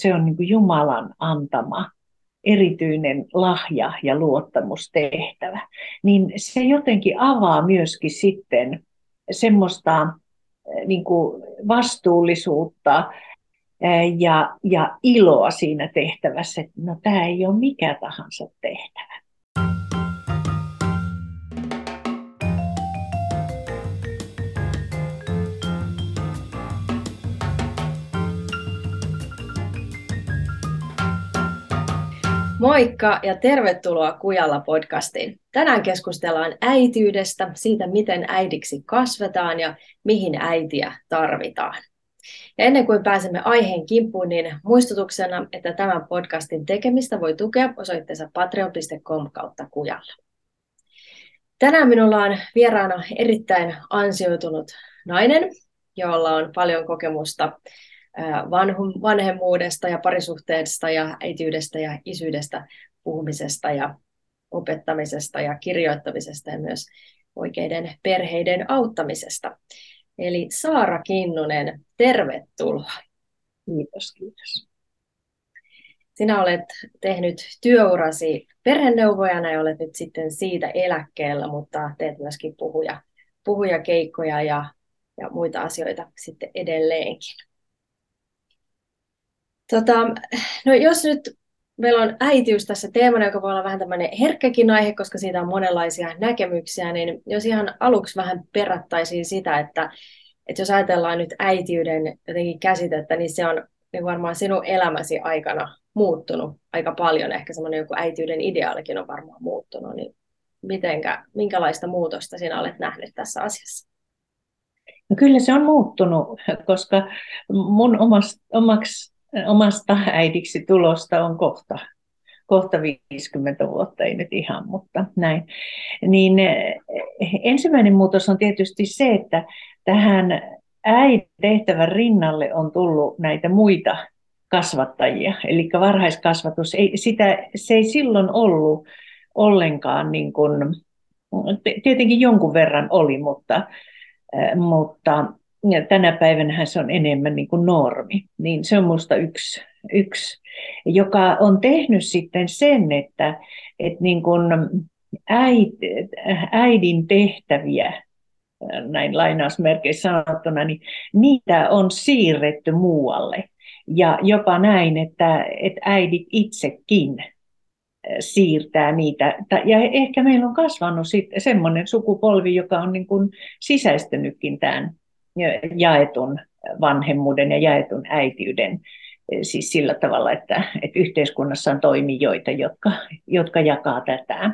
se on niin kuin Jumalan antama erityinen lahja ja luottamustehtävä, niin se jotenkin avaa myöskin sitten semmoista niin kuin vastuullisuutta ja iloa siinä tehtävässä, että no tämä ei ole mikä tahansa tehtävä. Moikka ja tervetuloa Kujalla podcastiin. Tänään keskustellaan äitiydestä, siitä miten äidiksi kasvetaan ja mihin äitiä tarvitaan. Ja ennen kuin pääsemme aiheen kimppuun, niin muistutuksena, että tämän podcastin tekemistä voi tukea osoitteessa patreon.com/kujalla. Tänään minulla on vieraana erittäin ansioitunut nainen, jolla on paljon kokemusta vanhemmuudesta ja parisuhteesta ja äitiydestä ja isyydestä puhumisesta ja opettamisesta ja kirjoittamisesta ja myös oikeiden perheiden auttamisesta. Eli Saara Kinnunen, tervetuloa. Kiitos, kiitos. Sinä olet tehnyt työurasi perheneuvojana ja olet nyt sitten siitä eläkkeellä, mutta teet myöskin puhujakeikkoja ja muita asioita sitten edelleenkin. No jos nyt meillä on äitiys tässä teemana, joka voi olla vähän tämmöinen herkkäkin aihe, koska siitä on monenlaisia näkemyksiä, niin jos ihan aluksi vähän perattaisiin sitä, että jos ajatellaan nyt äitiyden jotenkin käsitettä, niin se on niin varmaan sinun elämäsi aikana muuttunut aika paljon. Ehkä semmoinen joku äitiyden ideaalikin on varmaan muuttunut. Niin minkälaista muutosta sinä olet nähnyt tässä asiassa? No kyllä se on muuttunut, koska mun omasta äidiksi tulosta on kohta 50 vuotta, ei nyt ihan, mutta näin. Niin ensimmäinen muutos on tietysti se, että tähän äidin tehtävän rinnalle on tullut näitä muita kasvattajia. Eli varhaiskasvatus, se ei silloin ollut ollenkaan, niin kuin, tietenkin jonkun verran oli, mutta tänä päivänä se on enemmän niin kuin normi. Niin se on minusta yksi, joka on tehnyt sitten sen, että niin kuin äidin tehtäviä, näin lainausmerkeissä sanottuna, niin niitä on siirretty muualle. Ja jopa näin, että äidit itsekin siirtää niitä. Ja ehkä meillä on kasvanut sitten semmoinen sukupolvi, joka on niin kuin sisäistänytkin tämän jaetun vanhemmuuden ja jaetun äitiyden, siis sillä tavalla, että yhteiskunnassa on toimijoita, jotka jakaa tätä.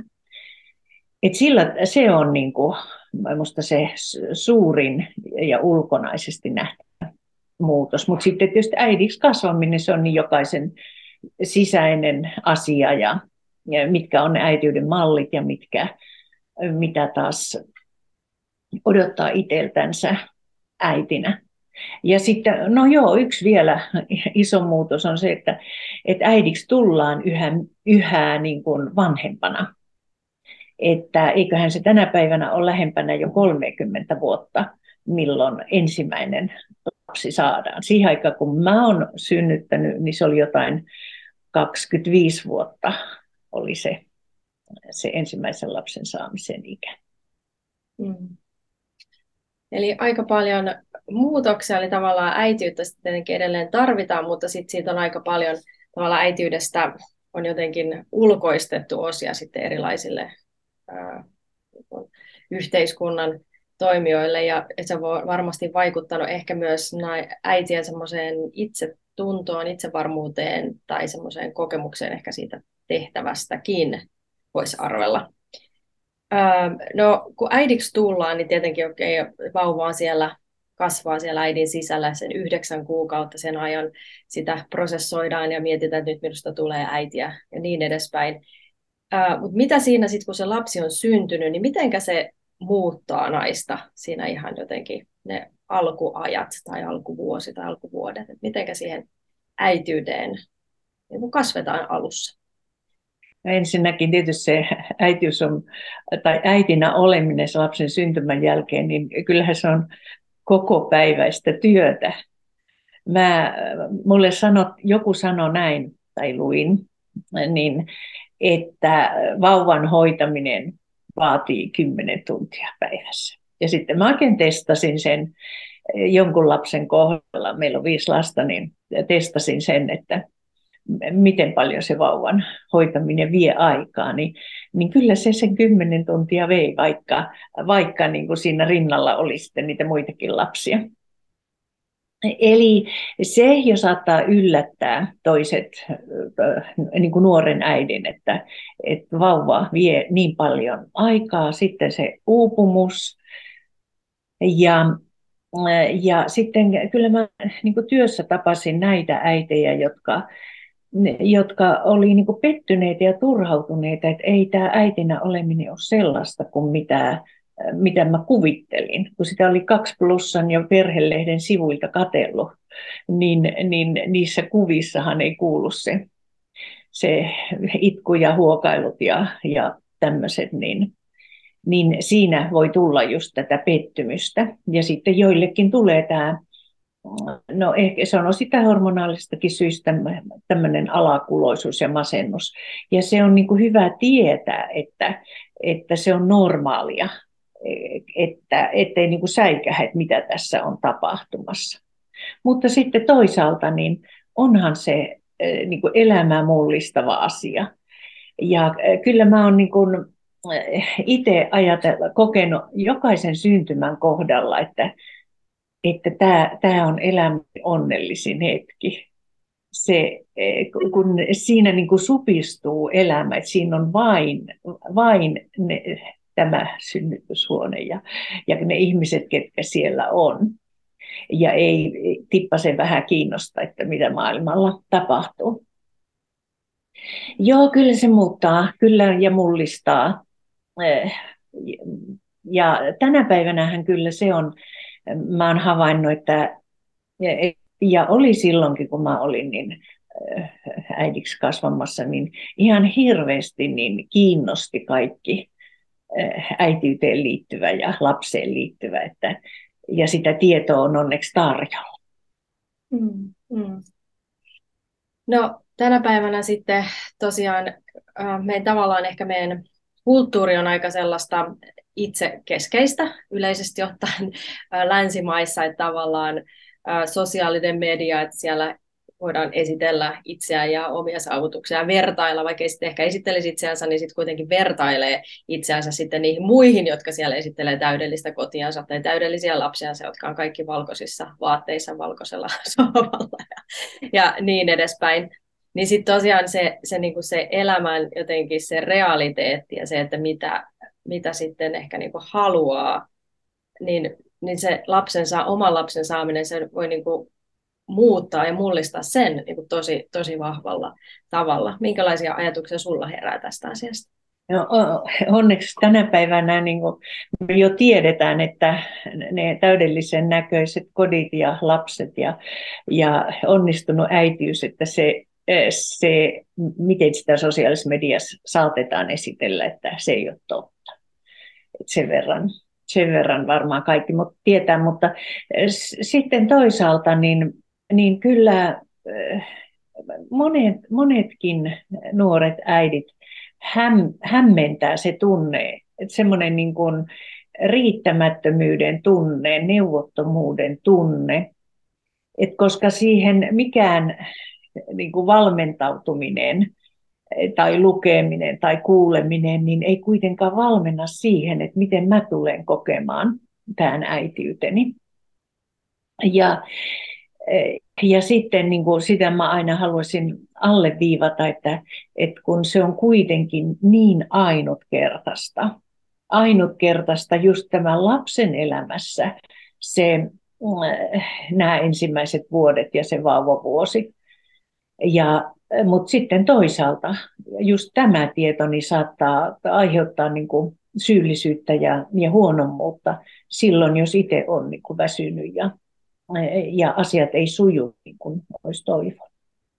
Se on niin kuin, minusta se suurin ja ulkonaisesti nähtävä muutos. Mutta sitten tietysti äidiksi kasvaminen, se on niin jokaisen sisäinen asia ja mitkä on ne äitiyden mallit ja mitä taas odottaa itseltänsä äitinä. Ja sitten, yksi vielä iso muutos on se, että äidiksi tullaan yhä niin kuin vanhempana. Että eiköhän se tänä päivänä ole lähempänä jo 30 vuotta, milloin ensimmäinen lapsi saadaan. Siihen aikaan, kun mä oon synnyttänyt, niin se oli jotain 25 vuotta oli se ensimmäisen lapsen saamisen ikä. Mm. Eli aika paljon muutoksia, eli tavallaan äitiyttä sitten tietenkin edelleen tarvitaan, mutta sitten siitä on aika paljon tavallaan äitiydestä on jotenkin ulkoistettu osia sitten erilaisille yhteiskunnan toimijoille, ja se on varmasti vaikuttanut ehkä myös äitien semmoiseen itsetuntoon, itsevarmuuteen tai semmoiseen kokemukseen ehkä siitä tehtävästäkin, voisi arvella. No, kun äidiksi tullaan, niin tietenkin vauva on kasvaa siellä äidin sisällä sen 9 kuukautta sen ajan. Sitä prosessoidaan ja mietitään, että nyt minusta tulee äitiä ja niin edespäin. Mutta mitä siinä sitten, kun se lapsi on syntynyt, niin mitenkä se muuttaa naista siinä ihan jotenkin ne alkuajat tai alkuvuosi tai alkuvuodet? Että mitenkä siihen äityyteen niin kasvetaan alussa? Ensinnäkin tietysti se äitiys tai äitinä oleminen se lapsen syntymän jälkeen, niin kyllähän se on kokopäiväistä työtä. joku sanoi näin, tai luin, niin, että vauvan hoitaminen vaatii 10 tuntia päivässä. Ja sitten mä oikein testasin sen jonkun lapsen kohdalla, meillä on 5 lasta, niin testasin sen, että miten paljon se vauvan hoitaminen vie aikaa, niin kyllä se sen 10 tuntia vei, vaikka niin kuin siinä rinnalla oli sitten niitä muitakin lapsia. Eli se jo saattaa yllättää toiset niin kuin nuoren äidin, että vauva vie niin paljon aikaa, sitten se uupumus ja sitten kyllä mä niin kuin työssä tapasin näitä äitejä, jotka oli niin kuin pettyneitä ja turhautuneita, että ei tämä äitinä oleminen ole sellaista kuin mitä mä kuvittelin. Kun sitä oli 2plussan ja Perhelehden sivuilta katsellut, niin niissä kuvissahan ei kuulu se itku ja huokailut ja tämmöiset, niin siinä voi tulla just tätä pettymystä. Ja sitten joillekin tulee tämä, no ehkä se on sitä hormonaalistakin syistä tämmöinen alakuloisuus ja masennus. Ja se on niin kuin hyvä tietää, että se on normaalia, ettei niin kuin säikähä, että mitä tässä on tapahtumassa. Mutta sitten toisaalta niin onhan se niin kuin elämää mullistava asia. Ja kyllä mä oon niin kuin itse kokenut jokaisen syntymän kohdalla, että tämä on elämän onnellisin hetki. Kun siinä niin kuin supistuu elämä, että siinä on vain tämä synnytyshuone ja ne ihmiset, ketkä siellä on. Ja ei tippasen vähän kiinnosta, että mitä maailmalla tapahtuu. Joo, kyllä se muuttaa, kyllä ja mullistaa. Ja tänä päivänähän kyllä se on, mä oon havainnut, että ja oli silloinkin, kun mä olin niin äidiksi kasvamassa, niin ihan hirveästi niin kiinnosti kaikki äitiyteen liittyvä ja lapseen liittyvä, ja sitä tietoa on onneksi tarjolla. No tänä päivänä sitten tosiaan meidän kulttuuri on aika sellaista itsekeskeistä yleisesti ottaen länsimaissa, että tavallaan sosiaalinen media, että siellä voidaan esitellä itseään ja omia saavutuksia, vertailla, vaikka ei sitten ehkä esittelisi itseänsä, niin sitten kuitenkin vertailee itseänsä sitten niihin muihin, jotka siellä esittelee täydellistä kotiansa tai täydellisiä lapsiansa, jotka on kaikki valkoisissa vaatteissa, valkoisella sohvalla ja niin edespäin. Niin sitten tosiaan niinku se elämän jotenkin se realiteetti ja se, että mitä sitten ehkä niinku haluaa, niin se oman lapsen saaminen, se voi niinku muuttaa ja mullistaa sen niin kuin tosi vahvalla tavalla. Minkälaisia ajatuksia sulla herää tästä asiasta? No, onneksi tänä päivänä niin kuin me jo tiedetään, että ne täydellisen näköiset kodit ja lapset ja onnistunut äitiys, että se, miten sitä sosiaalisessa mediassa saatetaan esitellä, että se ei ole totta. Et sen verran varmaan kaikki tietää, mutta sitten toisaalta niin kyllä monetkin nuoret äidit hämmentää se tunne, että semmoinen niin kuin riittämättömyyden tunne, neuvottomuuden tunne, että koska siihen mikään niin kuin valmentautuminen tai lukeminen tai kuuleminen, niin ei kuitenkaan valmenna siihen, että miten mä tulen kokemaan tämän äitiyteni. Ja sitten niin kuin sitä mä aina haluaisin alleviivata, että kun se on kuitenkin niin ainutkertaista just tämän lapsen elämässä, nämä ensimmäiset vuodet ja se vauvavuosi. Mutta sitten toisaalta just tämä tieto niin saattaa aiheuttaa niin kuin syyllisyyttä ja huonommuutta silloin, jos itse on niin kuin väsynyt ja asiat ei suju niin kuin olisi toivonut.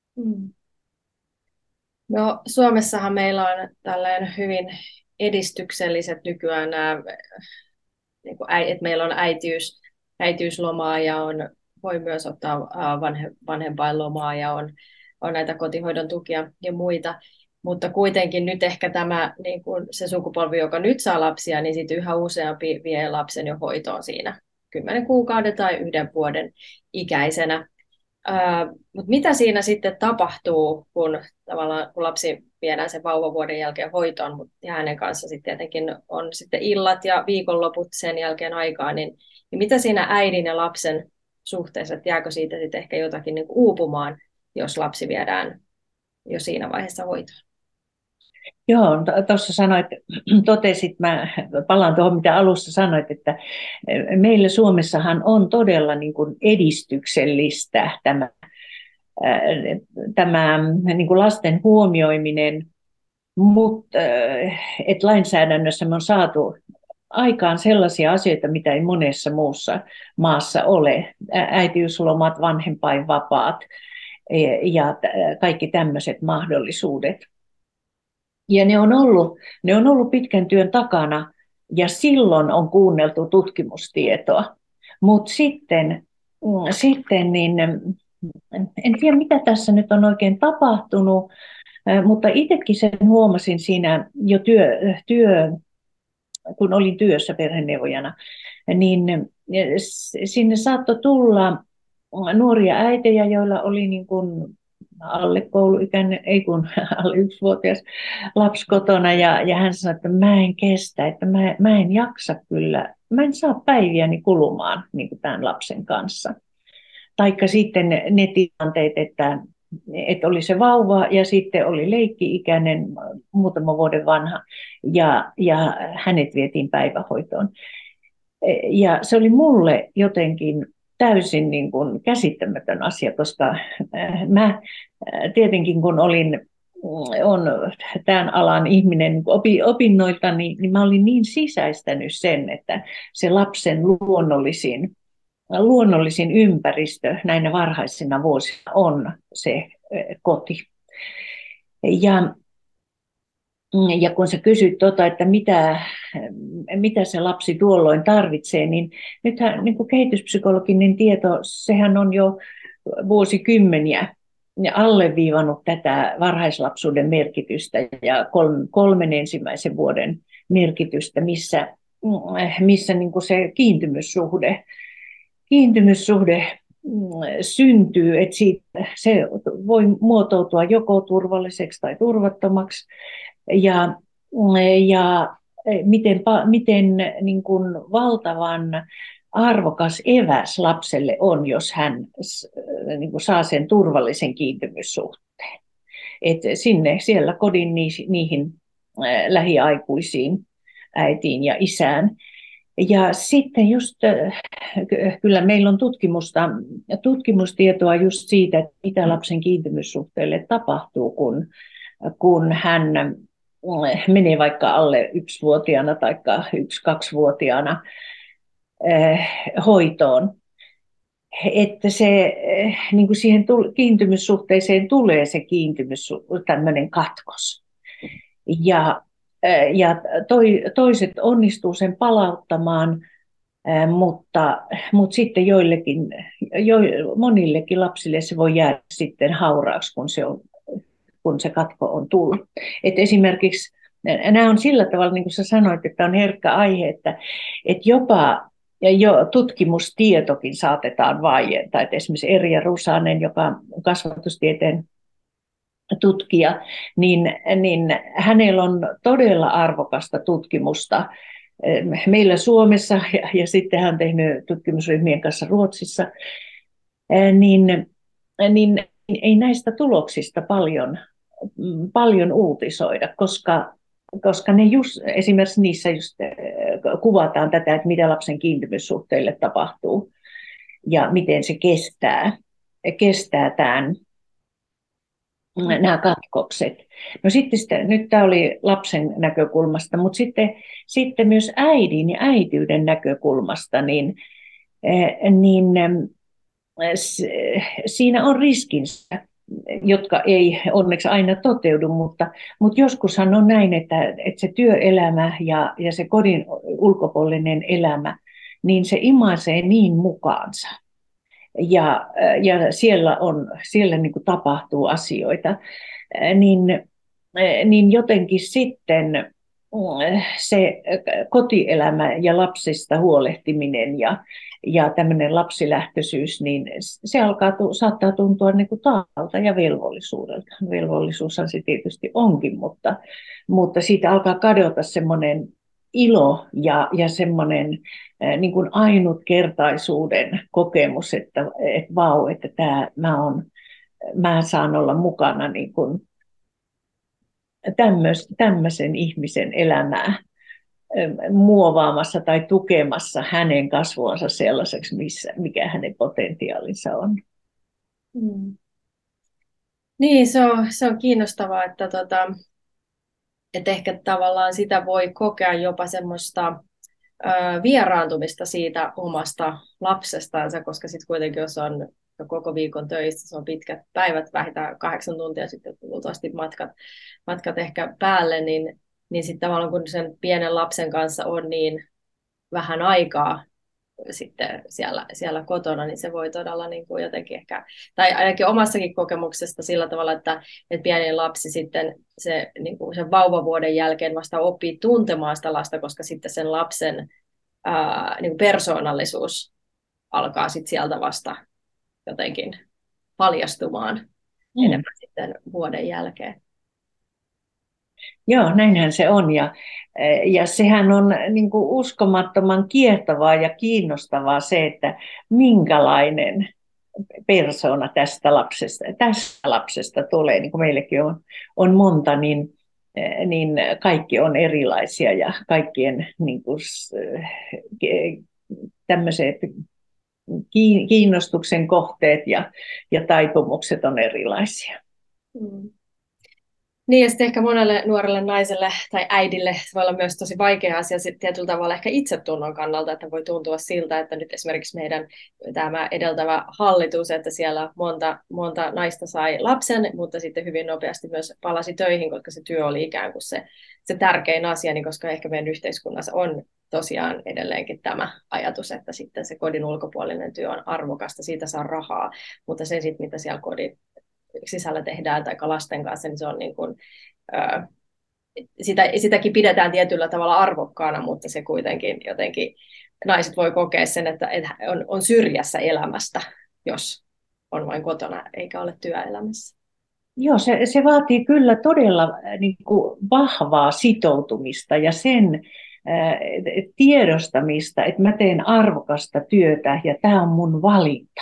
No, Suomessahan meillä on tällainen hyvin edistykselliset nykyään nämä, niin että meillä on äitiyslomaa ja on voi myös ottaa vanhempainlomaa ja on näitä kotihoidon tukia ja muita. Mutta kuitenkin nyt ehkä tämä, niin kuin se sukupolvi, joka nyt saa lapsia, niin sitten yhä useampi vie lapsen jo hoitoon siinä 10 kuukauden tai 1 vuoden ikäisenä. Mutta mitä siinä sitten tapahtuu, kun lapsi viedään sen vauvavuoden jälkeen hoitoon, ja hänen kanssa sitten tietenkin on sitten illat ja viikonloput sen jälkeen aikaa, niin mitä siinä äidin ja lapsen suhteessa, että jääkö siitä sitten ehkä jotakin niin kuin uupumaan, jos lapsi viedään jo siinä vaiheessa hoitoon? Joo, tuossa sanoit, totesit, mä palaan tuohon mitä alussa sanoit, että meillä Suomessahan on todella niin kuin edistyksellistä tämä niin kuin lasten huomioiminen, mutta että lainsäädännössä me on saatu aikaan sellaisia asioita, mitä ei monessa muussa maassa ole. Äitiyslomat, vanhempainvapaat ja kaikki tämmöiset mahdollisuudet. Ja ne on ollut pitkän työn takana ja silloin on kuunneltu tutkimustietoa. Mutta sitten niin, en tiedä mitä tässä nyt on oikein tapahtunut, mutta itsekin sen huomasin siinä jo kun olin työssä perheneuvojana, niin sinne saattoi tulla nuoria äitejä, joilla oli niin kuin alle kouluikäinen, ei kun alle 1-vuotias lapsi kotona, ja hän sanoi, että mä en kestä, että mä en jaksa kyllä, mä en saa päiviäni kulumaan niin kuin tämän lapsen kanssa. Taikka sitten ne tilanteet, että oli se vauva ja sitten oli leikki-ikäinen, muutama vuoden vanha, ja hänet vietiin päivähoitoon. Ja se oli mulle jotenkin täysin niin kuin käsittämätön asia, koska mä tietenkin kun on tämän alan ihminen niin opinnoilta, niin mä olin niin sisäistänyt sen, että se lapsen luonnollisin ympäristö näinä varhaisina vuosina on se koti. Ja kun sä kysyt että mitä se lapsi tuolloin tarvitsee, niin nythän niin kuin kehityspsykologinen tieto, sehän on jo vuosikymmeniä alleviivannut tätä varhaislapsuuden merkitystä ja 3 ensimmäisen vuoden merkitystä, missä niin kuin se kiintymyssuhde syntyy, että se voi muotoutua joko turvalliseksi tai turvattomaksi, ja miten niin kuin valtavan arvokas eväs lapselle on, jos hän niin kuin saa sen turvallisen kiintymyssuhteen. Et siellä kodin niihin lähiaikuisiin, äitiin ja isään. Ja sitten just, kyllä meillä on tutkimustietoa just siitä, että mitä lapsen kiintymyssuhteelle tapahtuu, kun hän menee vaikka alle 1-vuotiaana tai 1-2-vuotiaana hoitoon. Että se, niin kuin siihen kiintymyssuhteeseen tulee se tämmöinen katkos. Ja toiset onnistuu sen palauttamaan, mutta sitten monillekin lapsille se voi jäädä sitten hauraaksi, kun se katko on tullut. Et esimerkiksi nämä on sillä tavalla, niin kuin sä sanoit, että on herkkä aihe, että jopa jo tutkimustietokin saatetaan vaientaa. Et esimerkiksi Erja Rusanen, joka on kasvatustieteen tutkija, niin hänellä on todella arvokasta tutkimusta meillä Suomessa, ja sitten hän on tehnyt tutkimusryhmien kanssa Ruotsissa, niin ei näistä tuloksista paljon uutisoida, koska ne esimerkiksi niissä just kuvataan tätä, että mitä lapsen kiintymyssuhteille tapahtuu ja miten se kestää nämä katkokset. No nyt tämä oli lapsen näkökulmasta, mutta sitten myös äidin ja äitiyden näkökulmasta, niin siinä on riskinsä, jotka ei onneksi aina toteudu, mutta joskushan on näin, että se työelämä ja se kodin ulkopuolinen elämä, niin se imaisee niin mukaansa, ja siellä niin kuin tapahtuu asioita, niin, niin jotenkin sitten se kotielämä ja lapsista huolehtiminen ja tämmöinen lapsilähtöisyys, niin se saattaa tuntua niin kuin taakalta ja velvollisuudelta. Velvollisuushan se tietysti onkin, mutta siitä alkaa kadota semmoinen ilo ja semmoinen niin kuin ainutkertaisuuden kokemus, että vau, että mä saan olla mukana niin kuin tämmöisen ihmisen elämää muovaamassa tai tukemassa hänen kasvuansa sellaiseksi, mikä hänen potentiaalinsa on. Mm. Niin, se on kiinnostavaa, että ehkä tavallaan sitä voi kokea jopa semmoista vieraantumista siitä omasta lapsestansa, koska sitten kuitenkin jos on koko viikon töissä, se on pitkät päivät, vähintään 8 tuntia sitten luultavasti matkat ehkä päälle, niin sitten tavallaan kun sen pienen lapsen kanssa on niin vähän aikaa sitten siellä kotona, niin se voi todella niin kuin jotenkin ehkä, tai ainakin omassakin kokemuksesta sillä tavalla, että pieni lapsi sitten niin kuin sen vauvavuoden jälkeen vasta oppii tuntemaan sitä lasta, koska sitten sen lapsen niin kuin persoonallisuus alkaa sitten sieltä vasta jotenkin paljastumaan enemmän sitten vuoden jälkeen. Joo, näinhän se on. Ja sehän on niin kuin uskomattoman kiehtovaa ja kiinnostavaa se, että minkälainen persoona tästä lapsesta tulee. Niin kuin meilläkin on monta, niin kaikki on erilaisia ja kaikkien niin kuin, tämmöiset kiinnostuksen kohteet ja taipumukset on erilaisia. Mm. Niin, ja sitten ehkä monelle nuorelle naiselle tai äidille se voi olla myös tosi vaikea asia sitten tietyllä tavalla ehkä itsetunnon kannalta, että voi tuntua siltä, että nyt esimerkiksi meidän tämä edeltävä hallitus, että siellä monta naista sai lapsen, mutta sitten hyvin nopeasti myös palasi töihin, koska se työ oli ikään kuin se tärkein asia, niin koska ehkä meidän yhteiskunnassa on tosiaan edelleenkin tämä ajatus, että sitten se kodin ulkopuolinen työ on arvokasta, siitä saa rahaa, mutta se sitten, mitä siellä kodin sisällä tehdään tai lasten kanssa, niin se on niin kuin, sitäkin pidetään tietyllä tavalla arvokkaana, mutta se kuitenkin jotenkin naiset voi kokea sen, että on syrjässä elämästä, jos on vain kotona eikä ole työelämässä. Joo, se vaatii kyllä todella niin kuin vahvaa sitoutumista ja sen tiedostamista, että mä teen arvokasta työtä ja tämä on mun valinta.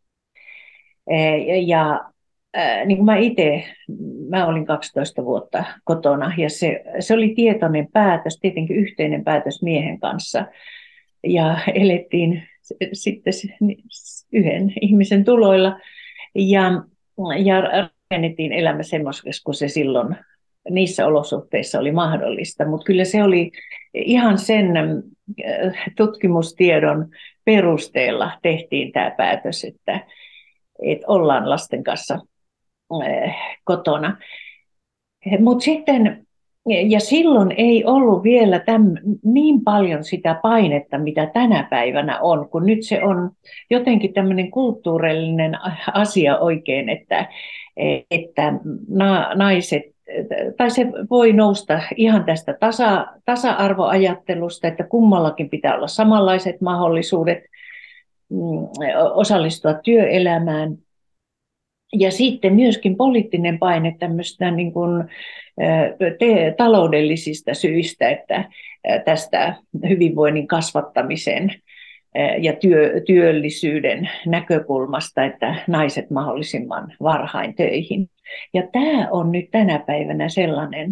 Ja niin kuin mä olin 12 vuotta kotona ja se oli tietoinen päätös, tietenkin yhteinen päätös miehen kanssa. Ja elettiin sitten yhden ihmisen tuloilla ja rakennettiin elämä semmoiseksi, kun se silloin niissä olosuhteissa oli mahdollista. Mutta kyllä se oli ihan sen tutkimustiedon perusteella tehtiin tämä päätös, että ollaan lasten kanssa kotona. Mut sitten, ja silloin ei ollut vielä niin paljon sitä painetta, mitä tänä päivänä on, kun nyt se on jotenkin tämmöinen kulttuurillinen asia oikein, että naiset, tai se voi nousta ihan tästä tasa-arvoajattelusta, että kummallakin pitää olla samanlaiset mahdollisuudet osallistua työelämään. Ja sitten myöskin poliittinen paine tämmöistä niin kuin, taloudellisista syistä, että tästä hyvinvoinnin kasvattamisen ja työllisyyden näkökulmasta, että naiset mahdollisimman varhain töihin. Ja tämä on nyt tänä päivänä sellainen,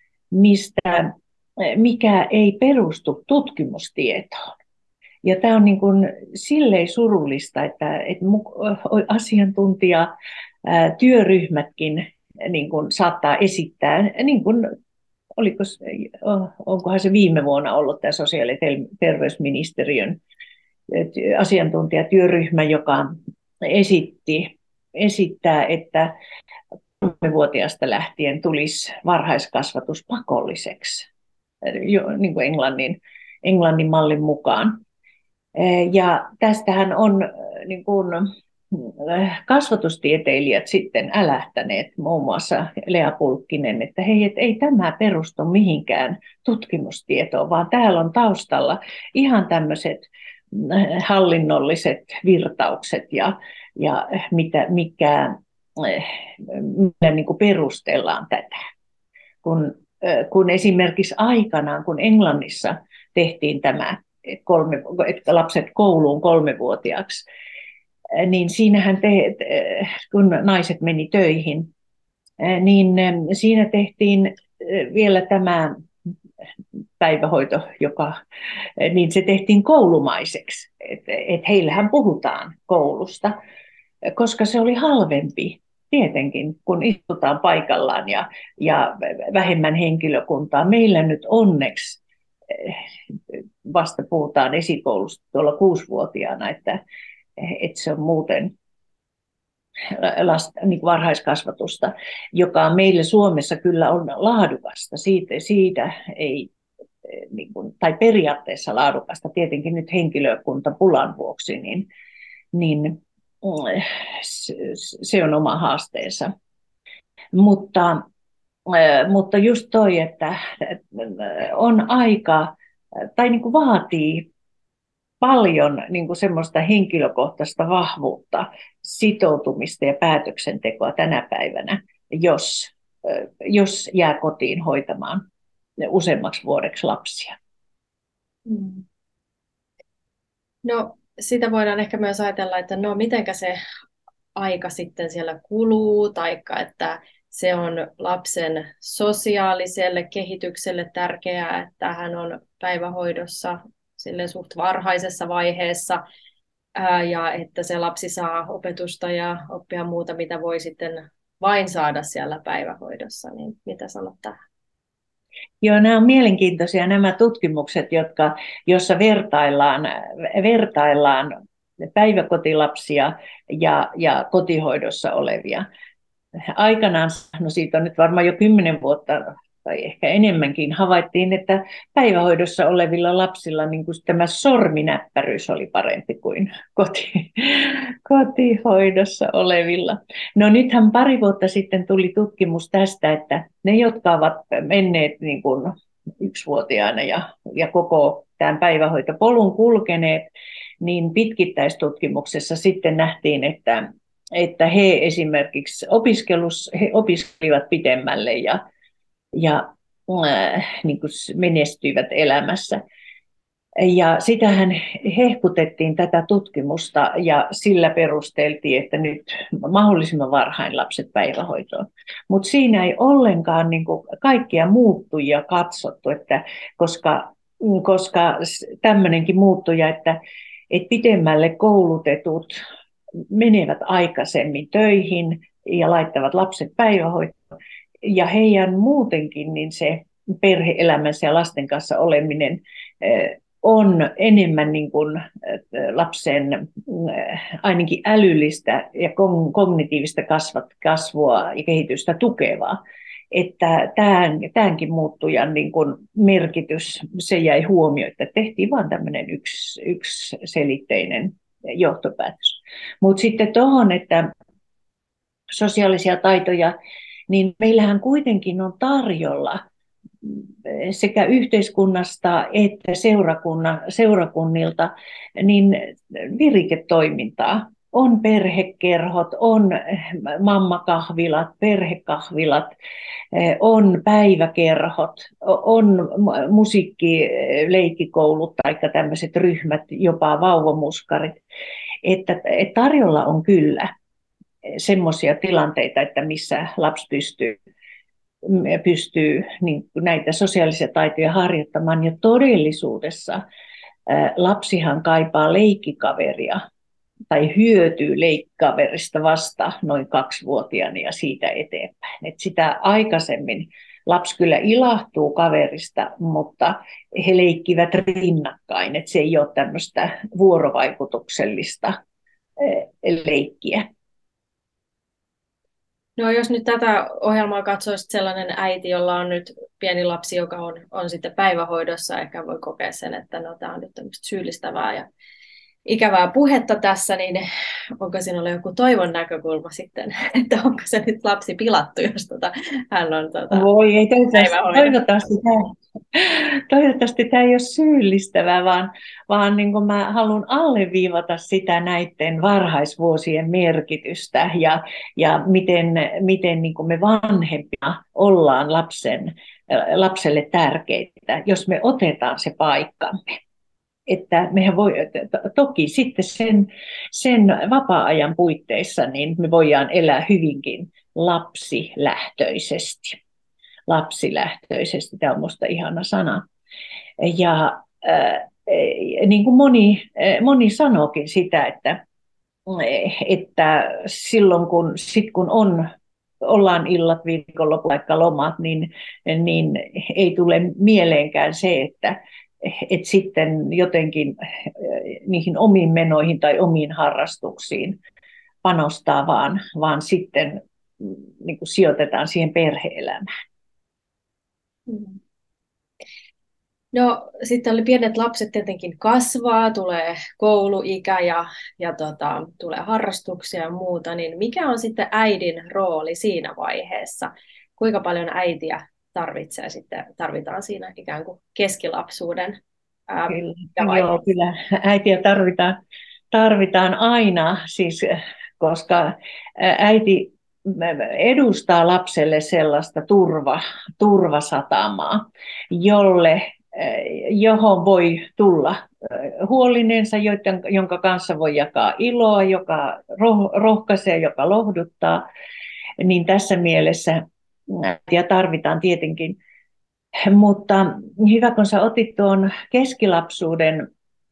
mikä ei perustu tutkimustietoon. Ja tämä on niin kuin silleen surullista, että asiantuntijatyöryhmätkin niin kuin saattaa esittää, niin kuin, onkohan se viime vuonna ollut tämä sosiaali- ja terveysministeriön asiantuntijatyöryhmä, joka esittää, että 3-vuotiaasta lähtien tulisi varhaiskasvatus pakolliseksi, niin kuin Englannin mallin mukaan. Ja tästähän on niin kuin, kasvatustieteilijät sitten älähtäneet, muun muassa Lea Pulkkinen, että hei, et ei tämä perustu mihinkään tutkimustietoon, vaan täällä on taustalla ihan tämmöiset hallinnolliset virtaukset ja millä niin kuin perustellaan tätä. Kun esimerkiksi aikanaan, kun Englannissa tehtiin tämä, että lapset kouluun 3-vuotiaaksi, niin siinähän kun naiset meni töihin, niin siinä tehtiin vielä tämä päivähoito, niin se tehtiin koulumaiseksi. Et heillähän puhutaan koulusta, koska se oli halvempi tietenkin, kun istutaan paikallaan ja vähemmän henkilökuntaa. Meillä nyt onneksi vasta puhutaan esikoulusta tuolla 6-vuotiaana, että se on muuten niin varhaiskasvatusta, joka meillä Suomessa kyllä on laadukasta. Siitä ei, niin kuin, tai periaatteessa laadukasta, tietenkin nyt henkilökuntapulan vuoksi, niin se on oma haasteensa. Mutta just toi, että on aika, tai niin kuin vaatii paljon niin kuin semmoista henkilökohtaista vahvuutta, sitoutumista ja päätöksentekoa tänä päivänä, jos jää kotiin hoitamaan useammaksi vuodeksi lapsia. No, sitä voidaan ehkä myös ajatella, että no mitenkä se aika sitten siellä kuluu, taikka että se on lapsen sosiaaliselle kehitykselle tärkeää, että hän on päivähoidossa silleen suht varhaisessa vaiheessa ja että se lapsi saa opetusta ja oppia muuta, mitä voi sitten vain saada siellä päivähoidossa. Niin mitä sanot tähän? Joo, nämä on mielenkiintoisia nämä tutkimukset, joissa vertaillaan päiväkotilapsia ja kotihoidossa olevia. Aikanaan, no siitä on nyt varmaan jo 10 vuotta tai ehkä enemmänkin, havaittiin, että päivähoidossa olevilla lapsilla niin kuin tämä sorminäppäryys oli parempi kuin kotihoidossa olevilla. No nythän pari vuotta sitten tuli tutkimus tästä, että ne, jotka ovat menneet niin kuin 1-vuotiaana ja koko tämän päivähoitopolun kulkeneet, niin pitkittäistutkimuksessa sitten nähtiin, että he esimerkiksi he opiskelivat pidemmälle ja niin kuin menestyivät elämässä. Ja sitähän hehkutettiin tätä tutkimusta ja sillä perusteltiin, että nyt mahdollisimman varhain lapset päivähoitoon. Mutta siinä ei ollenkaan niin kuin kaikkia muuttujia katsottu, koska tämmöinenkin muuttuja, että pidemmälle koulutetut menevät aikaisemmin töihin ja laittavat lapset päivähoitoon. Ja heidän muutenkin niin se perhe-elämänsä ja lasten kanssa oleminen on enemmän niin kuin lapsen ainakin älyllistä ja kognitiivista kasvua ja kehitystä tukevaa. Että tämänkin muuttujan niin kuin merkitys, se jäi huomioon, että tehtiin vain tämmöinen yksiselitteinen johtopäätös. Mutta sitten tuohon, että sosiaalisia taitoja, niin meillähän kuitenkin on tarjolla sekä yhteiskunnasta että seurakunnilta niin viriketoimintaa. On perhekerhot, on mammakahvilat, perhekahvilat, on päiväkerhot, on musiikkileikkikoulut tai tämmöiset ryhmät, jopa vauvamuskarit. Että tarjolla on kyllä semmoisia tilanteita, että missä lapsi pystyy niin näitä sosiaalisia taitoja harjoittamaan. Ja todellisuudessa lapsihan kaipaa leikkikaveria tai hyötyy leikkikaverista vasta noin 2-vuotiaana ja siitä eteenpäin. Et sitä aikaisemmin lapsi kyllä ilahtuu kaverista, mutta he leikkivät rinnakkain. Et se ei ole tämmöistä vuorovaikutuksellista leikkiä. No jos nyt tätä ohjelmaa katsoisi sellainen äiti, jolla on nyt pieni lapsi, joka on sitten päivähoidossa, ehkä voi kokea sen, että no, tämä on nyt tämmöistä syyllistävää ikävää puhetta tässä, niin onko sinulla joku toivon näkökulma sitten, että onko se nyt lapsi pilattu, jos hän on Voi ei, päivähoidossa? toivottavasti tämä ei ole syyllistävää, vaan niin kuin mä haluan alleviivata sitä näiden varhaisvuosien merkitystä ja miten niin kuin me vanhempina ollaan lapselle tärkeitä, jos me otetaan se paikkamme. Että mehän voi, toki sitten sen vapaa-ajan puitteissa niin me voidaan elää hyvinkin lapsilähtöisesti. Lapsilähtöisesti, tämä on minusta ihana sana. Ja niin kuin moni sanookin sitä, että silloin kun ollaan illat, viikonloput tai lomat, niin ei tule mieleenkään se, että sitten jotenkin niihin omiin menoihin tai omiin harrastuksiin panostaa, vaan sitten niin kuin sijoitetaan siihen perhe-elämään. Mm. No sitten oli pienet lapset tietenkin kasvaa, tulee kouluikä ja tulee harrastuksia ja muuta, niin mikä on sitten äidin rooli siinä vaiheessa? Kuinka paljon äitiä tarvitaan siinä ikään kuin keskilapsuuden Joo, kyllä äitiä tarvitaan aina, siis, koska äiti edustaa lapselle sellaista turvasatamaa, johon voi tulla huolinensa, jonka kanssa voi jakaa iloa, joka rohkaisee, joka lohduttaa. Niin tässä mielessä äitiä tarvitaan tietenkin. Mutta hyvä, kun sä otit tuon keskilapsuuden,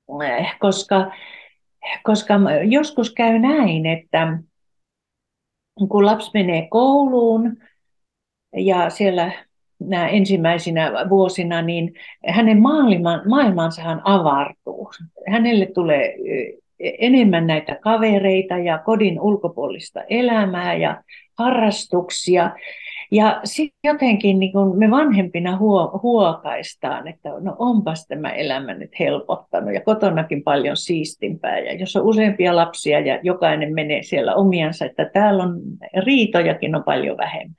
koska joskus käy näin, että kun lapsi menee kouluun ja siellä nämä ensimmäisinä vuosina, niin hänen maailmansahan avartuu. Hänelle tulee enemmän näitä kavereita ja kodin ulkopuolista elämää ja harrastuksia. Ja sitten jotenkin niin kun me vanhempina huokaistaan, että no onpas tämä elämä nyt helpottanut ja kotonakin paljon siistimpää. Ja jos on useampia lapsia ja jokainen menee siellä omiansa, että täällä on riitojakin on paljon vähemmän.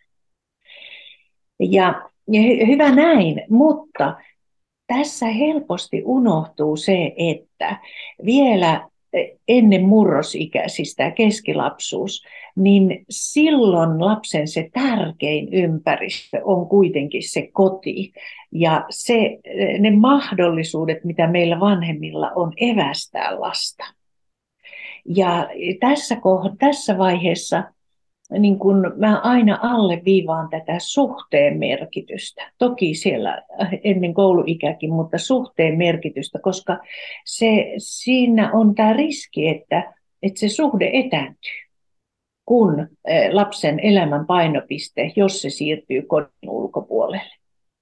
Ja hyvä näin, mutta tässä helposti unohtuu se, että vielä ennen murrosikäisistä keskilapsuus, niin silloin lapsen se tärkein ympäristö on kuitenkin se koti ja ne mahdollisuudet, mitä meillä vanhemmilla on evästää lasta. Ja tässä vaiheessa niin kun mä aina alleviivaan tätä suhteen merkitystä. Toki siellä ennen kouluikäkin, mutta suhteen merkitystä, koska siinä on tämä riski, että se suhde etääntyy, kun lapsen elämän painopiste, jos se siirtyy kodin ulkopuolelle.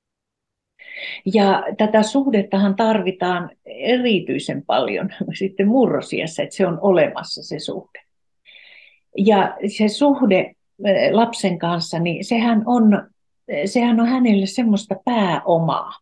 Ja tätä suhdettahan tarvitaan erityisen paljon sitten murrosiässä, että se on olemassa se suhde. Ja se suhde lapsen kanssa, niin sehän on hänelle semmoista pääomaa,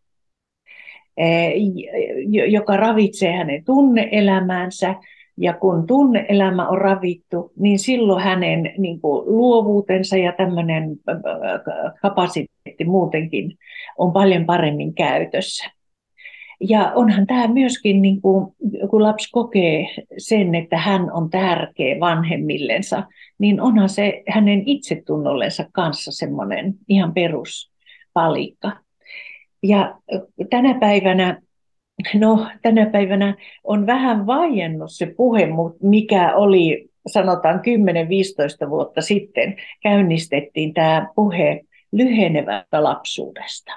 joka ravitsee hänen tunne-elämäänsä. Ja kun tunne-elämä on ravittu, niin silloin hänen niin kuin, luovuutensa ja tämmöinen kapasiteetti muutenkin on paljon paremmin käytössä. Ja onhan tämä myöskin, niin kun lapsi kokee sen, että hän on tärkeä vanhemmillensa, niin onhan se hänen itsetunnollensa kanssa semmoinen ihan peruspalikka. Ja tänä päivänä on vähän vaiennut se puhe, mikä oli sanotaan 10-15 vuotta sitten, käynnistettiin tämä puhe lyhenevästä lapsuudesta.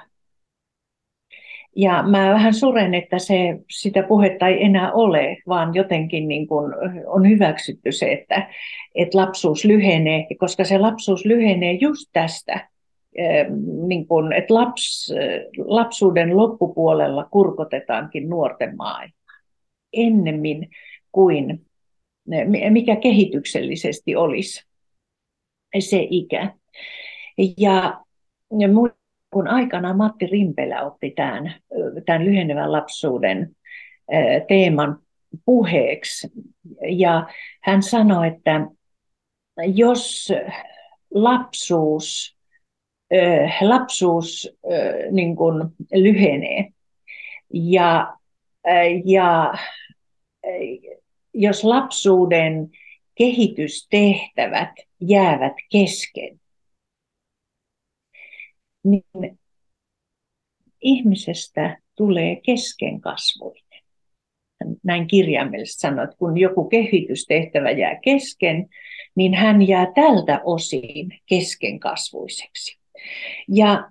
Ja mä vähän suren, että sitä puhetta ei enää ole, vaan jotenkin niin kuin on hyväksytty se, että lapsuus lyhenee, koska se lapsuus lyhenee just tästä, niin kuin, että lapsuuden loppupuolella kurkotetaankin nuorten maailmaa ennemmin kuin mikä kehityksellisesti olisi se ikä. Ja kun aikanaan Matti Rimpelä otti tämän lyhenevän lapsuuden teeman puheeksi. Ja hän sanoi, että jos lapsuus niin kuin lyhenee ja, ja jos lapsuuden kehitystehtävät jäävät kesken, niin ihmisestä tulee keskenkasvuinen. Näin kirjaimellisesti sanoi, että kun joku kehitystehtävä jää kesken, niin hän jää tältä osin keskenkasvuiseksi. Ja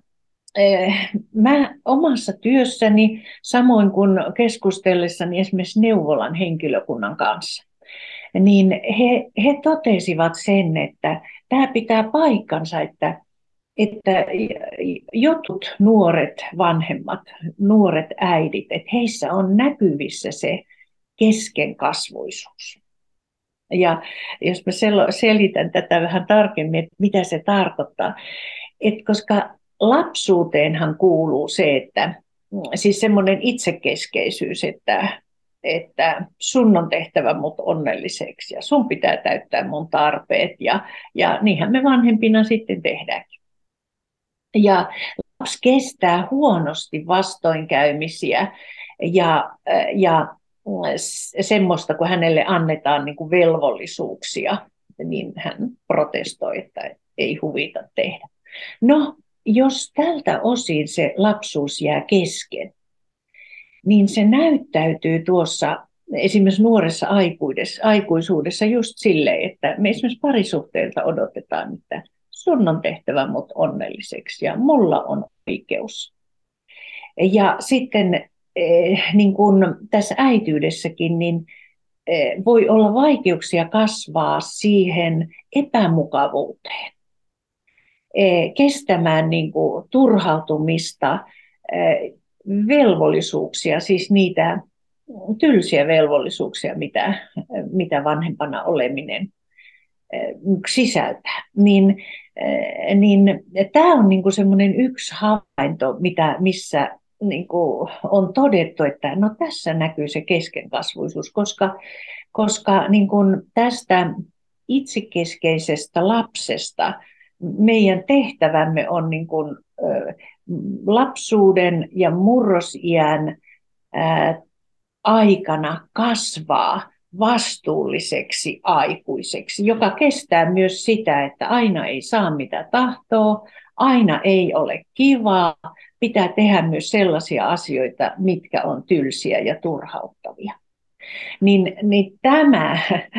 mä omassa työssäni, samoin kuin keskustellessani esimerkiksi neuvolan henkilökunnan kanssa, niin he totesivat sen, että tämä pitää paikkansa, että jotkut nuoret vanhemmat, nuoret äidit, että heissä on näkyvissä se keskenkasvuisuus. Ja jos mä selitän tätä vähän tarkemmin, että mitä se tarkoittaa, että koska lapsuuteenhan kuuluu se, että siis semmoinen itsekeskeisyys, että sun on tehtävä mut onnelliseksi ja sun pitää täyttää mun tarpeet ja niinhän me vanhempina sitten tehdäänkin. Ja lapsi kestää huonosti vastoinkäymisiä ja semmoista, kun hänelle annetaan niin kuin velvollisuuksia, niin hän protestoi, että ei huvita tehdä. No, jos tältä osin se lapsuus jää kesken, niin se näyttäytyy tuossa esimerkiksi nuoressa aikuisuudessa just silleen, että me esimerkiksi parisuhteilta odotetaan, että sun on tehtävä mut onnelliseksi ja mulla on oikeus. Ja sitten niin kuin tässä äityydessäkin, niin voi olla vaikeuksia kasvaa siihen epämukavuuteen, kestämään niin kuin turhautumista, velvollisuuksia, siis niitä tylsiä velvollisuuksia, mitä vanhempana oleminen sisältää. Niin tämä on niin kuin semmoinen yksi havainto, missä niin kuin on todettu, että no tässä näkyy se keskenkasvuisuus, koska niin kuin tästä itsekeskeisestä lapsesta meidän tehtävämme on niin kuin, lapsuuden ja murrosiän aikana kasvaa vastuulliseksi aikuiseksi, joka kestää myös sitä, että aina ei saa mitä tahtoo, aina ei ole kivaa, pitää tehdä myös sellaisia asioita, mitkä on tylsiä ja turhauttavia. Niin tämä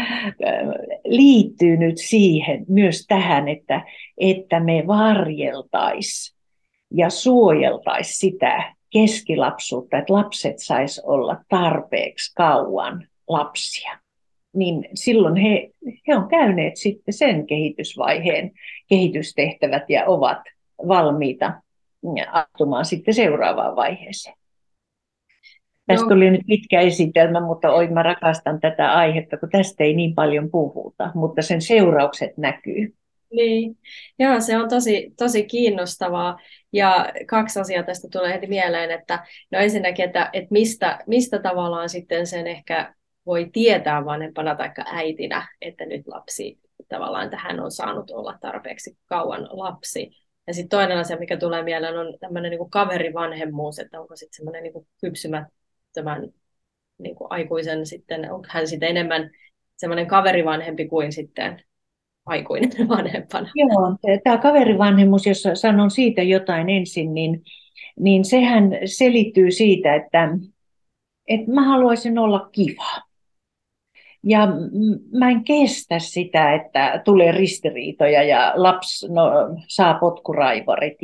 liittyy nyt siihen, myös tähän, että me varjeltaisiin ja suojeltaisiin sitä keskilapsuutta, että lapset sais olla tarpeeksi kauan lapsia. Niin silloin he on käyneet sitten sen kehitysvaiheen kehitystehtävät ja ovat valmiita astumaan sitten seuraavaan vaiheeseen. Tästä tuli nyt pitkä esitelmä, mutta mä rakastan tätä aihetta, kun tästä ei niin paljon puhuta, mutta sen seuraukset näkyy. Niin, joo, se on tosi kiinnostavaa. Ja kaksi asiaa tästä tulee heti mieleen, että no ensinnäkin, että mistä tavallaan sitten sen ehkä voi tietää vanhempana tai äitinä, että nyt lapsi tavallaan tähän on saanut olla tarpeeksi kauan lapsi. Ja sitten toinen asia, mikä tulee mieleen, on tämmöinen niin kuin kaverivanhemmuus, että onko sitten semmoinen niin kuin kypsymättömän niin kuin aikuisen sitten, onko hän sitten enemmän semmoinen kaverivanhempi kuin sitten aikuinen vanhempana. Joo, tämä kaverivanhemmuus, jos sanon siitä jotain ensin, niin sehän selittyy siitä, että mä haluaisin olla kiva. Ja mä en kestä sitä, että tulee ristiriitoja ja lapsi saa potkuraivarit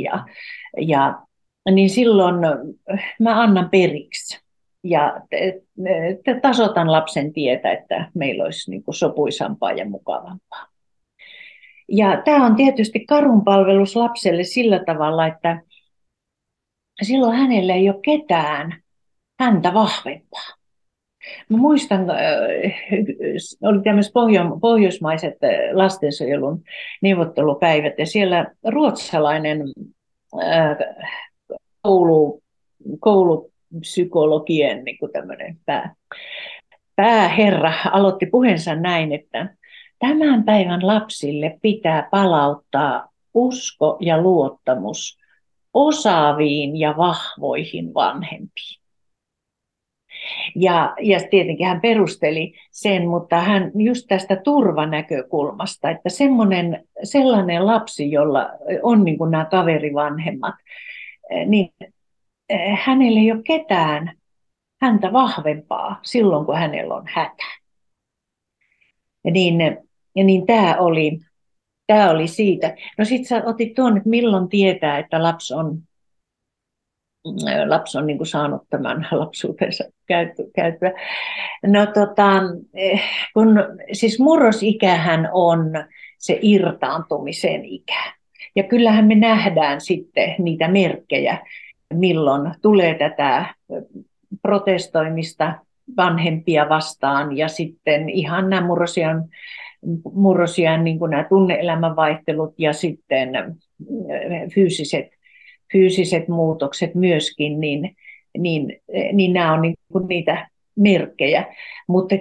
niin silloin mä annan periksi ja tasoitan lapsen tietä, että meillä olisi niin kuin sopuisampaa ja mukavampaa. Ja tämä on tietysti karhunpalvelus lapselle sillä tavalla, että silloin hänellä ei ole ketään häntä vahvempaa. Mä muistan, oli tämmöiset pohjoismaiset lastensuojelun neuvottelupäivät ja siellä ruotsalainen koulupsykologien niin kuin tämmöinen pääherra aloitti puheensa näin, että tämän päivän lapsille pitää palauttaa usko ja luottamus osaaviin ja vahvoihin vanhempiin. Ja tietenkin hän perusteli sen, mutta hän just tästä turvanäkökulmasta, että sellainen lapsi, jolla on niin kuin nämä kaverivanhemmat, niin hänellä ei ole ketään häntä vahvempaa silloin, kun hänellä on hätä. Niin tämä oli siitä. No sitten sä otit tuon, että milloin tietää, että lapsi on niin kuin saanut tämän lapsuutensa käyttöä. No kun siis murrosikähän on se irtaantumisen ikä. Ja kyllähän me nähdään sitten niitä merkkejä, milloin tulee tätä protestoimista vanhempia vastaan ja sitten ihan nämä murrosiän niin kuin nämä tunne-elämän vaihtelut ja sitten fyysiset muutokset myöskin, niin nämä on niin kuin niitä merkkejä. Mutta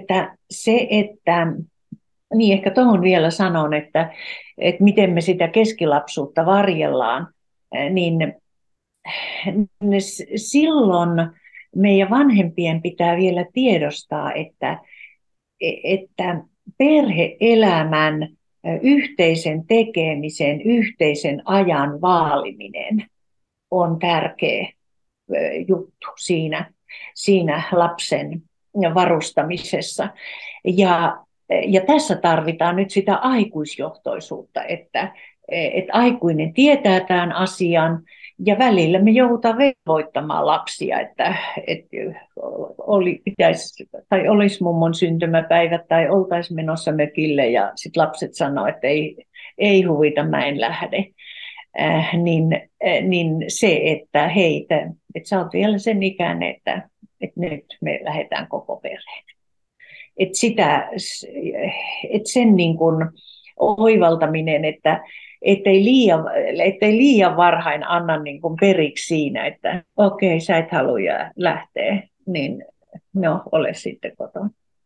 niin ehkä tuohon vielä sanon, että miten me sitä keskilapsuutta varjellaan, niin silloin meidän vanhempien pitää vielä tiedostaa, että perhe-elämän yhteisen tekemisen, yhteisen ajan vaaliminen on tärkeä juttu siinä lapsen varustamisessa. Ja tässä tarvitaan nyt sitä aikuisjohtoisuutta, että aikuinen tietää tämän asian ja välillä me joudutaan velvoittamaan lapsia, että olisi mummon syntymäpäivät tai oltaisiin menossa mökille ja sitten lapset sanoo, että ei huvita, mä en lähde. Niin se, että että sä oot vielä sen ikäinen, että nyt me lähdetään koko perheen. Että sen niin kuin oivaltaminen, että ettei liian varhain anna niin kuin periksi siinä, että okei, sä et halua lähteä, niin no, ole sitten kotona.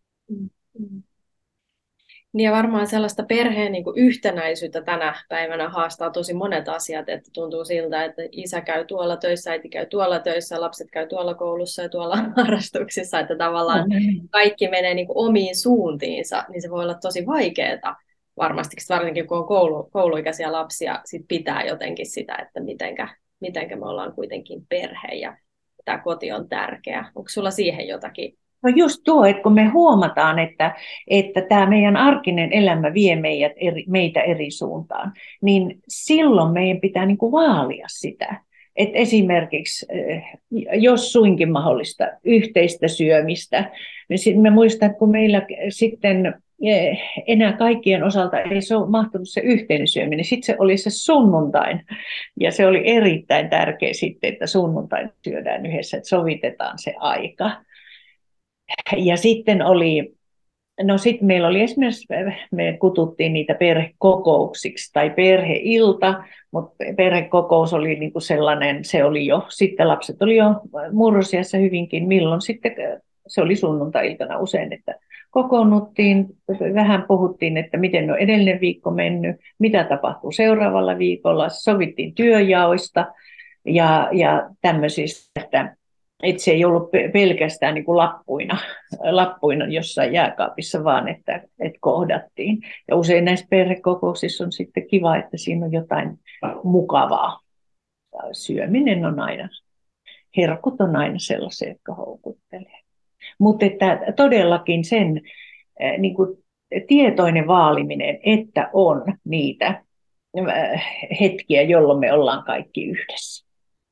Niin ja varmaan sellaista perheen niin kuin yhtenäisyyttä tänä päivänä haastaa tosi monet asiat, että tuntuu siltä, että isä käy tuolla töissä, äiti käy tuolla töissä, lapset käy tuolla koulussa ja tuolla harrastuksissa, että tavallaan kaikki menee niin kuin omiin suuntiinsa, niin se voi olla tosi vaikeaa varmasti, varsinkin kun on kouluikäisiä lapsia, sit pitää jotenkin sitä, että mitenkä me ollaan kuitenkin perhe ja tämä koti on tärkeä. Onko sulla siihen jotakin? No just tuo, että kun me huomataan, että tämä meidän arkinen elämä vie meitä eri suuntaan, niin silloin meidän pitää niin kuin vaalia sitä. Et esimerkiksi, jos suinkin mahdollista, yhteistä syömistä, niin me muistan, että kun meillä sitten enää kaikkien osalta ei se ole mahtunut se yhteinen syöminen, niin sitten se oli se sunnuntain, ja se oli erittäin tärkeä sitten, että sunnuntain syödään yhdessä, että sovitetaan se aika. Ja sitten sitten meillä oli esimerkiksi, me kututtiin niitä perhekokouksiksi tai perheilta, mutta perhekokous oli niin kuin sellainen, se oli jo, sitten lapset oli jo murrosiässä hyvinkin, milloin sitten se oli sunnuntai-iltana usein, että kokoonnuttiin, vähän puhuttiin, että miten on edellinen viikko mennyt, mitä tapahtuu seuraavalla viikolla, sovittiin työjaoista ja tämmöisistä, että se ei ollut pelkästään niin kuin lappuina jossain jääkaapissa, vaan että kohdattiin. Ja usein näissä perhekokouksissa on sitten kiva, että siinä on jotain mukavaa. Syöminen on aina, herkut on aina sellaisia, jotka houkuttelee. Mutta että todellakin sen niin kuin tietoinen vaaliminen, että on niitä hetkiä, jolloin me ollaan kaikki yhdessä.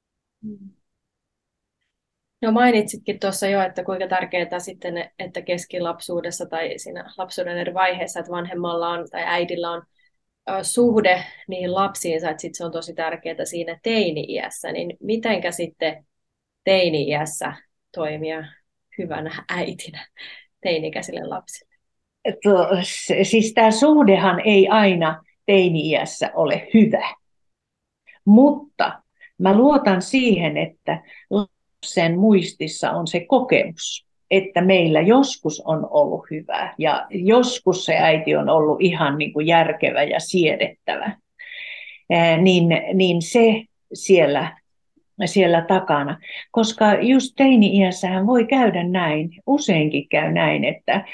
No mainitsitkin tuossa jo, että kuinka tärkeää sitten, että keskilapsuudessa tai siinä lapsuuden eri vaiheessa, että vanhemmalla on tai äidillä on suhde niihin lapsiinsa, että sit se on tosi tärkeää siinä teini-iässä, niin mitenkä sitten teini-iässä toimia hyvänä äitinä teini-ikäisille lapsille? Siis tämä suhdehan ei aina teini-iässä ole hyvä, mutta mä luotan siihen, että lapsen muistissa on se kokemus, että meillä joskus on ollut hyvä ja joskus se äiti on ollut ihan niin kuin järkevä ja siedettävä, niin se siellä takana. Koska just teini-iässähän voi käydä näin, useinkin käy näin,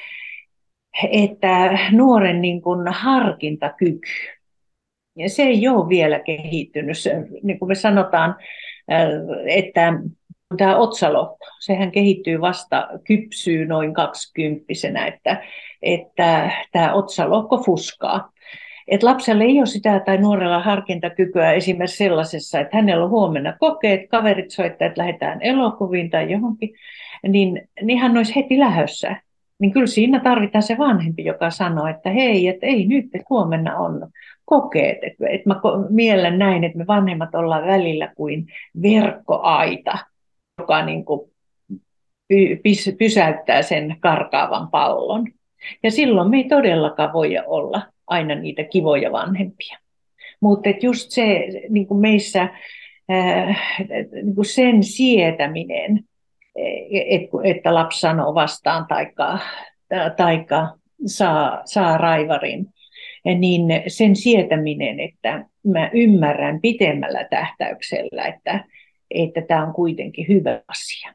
että nuoren niin kuin harkintakyky, ja se ei ole vielä kehittynyt. Se, niin kuin me sanotaan, että tämä otsalohko, sehän kehittyy vasta, kypsyy noin 20-vuotiaana, että tämä otsalohko fuskaa. Et lapsella ei ole sitä tai nuorella harkintakykyä esimerkiksi sellaisessa, että hänellä on huomenna kokeet, kaverit soittaa, että lähdetään elokuviin tai johonkin, niin hän olisi heti lähössä. Niin kyllä siinä tarvitaan se vanhempi, joka sanoo, että hei, että ei nyt, että huomenna on kokeet. Että mä mielen näin, että me vanhemmat ollaan välillä kuin verkkoaita, joka niin kuin pysäyttää sen karkaavan pallon. Ja silloin me ei todellakaan voi olla aina niitä kivoja vanhempia. Mutta just se niin kuin meissä niin kuin sen sietäminen, että lapsi sanoo vastaan taikka saa raivarin, niin sen sietäminen, että mä ymmärrän pitemmällä tähtäyksellä, että tämä on kuitenkin hyvä asia.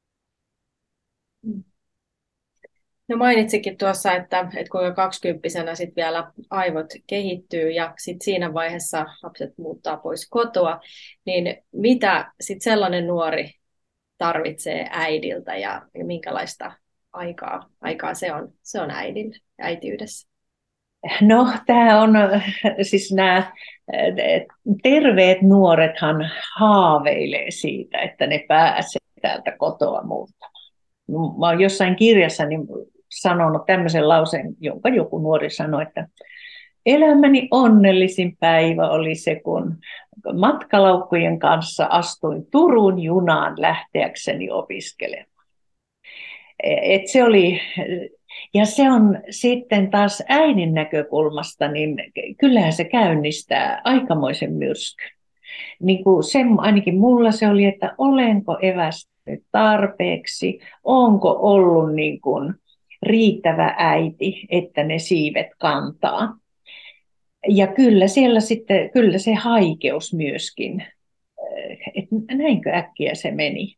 No mainitsikin tuossa, että kuinka 20-vuotiaana sit vielä aivot kehittyy ja sit siinä vaiheessa lapset muuttaa pois kotoa, niin mitä sit sellainen nuori tarvitsee äidiltä ja minkälaista aikaa se on äidillä ja äitiydessä? No, tämä on siis nämä terveet nuorethan haaveilee siitä, että ne pääsee täältä kotoa muuttamaan. Mä olen jossain kirjassani sanonut tämmöisen lauseen, jonka joku nuori sanoi, että elämäni onnellisin päivä oli se, kun matkalaukkujen kanssa astuin Turun junaan lähteäkseni opiskelemaan. Et se oli, ja se on sitten taas äidin näkökulmasta, niin kyllähän se käynnistää aikamoisen myrskyn. Niin kuin se, ainakin mulla se oli, että olenko evästänyt tarpeeksi, onko ollut niin kuin riittävä äiti, että ne siivet kantaa. Ja kyllä siellä sitten, kyllä se haikeus myöskin, että näinkö äkkiä se meni.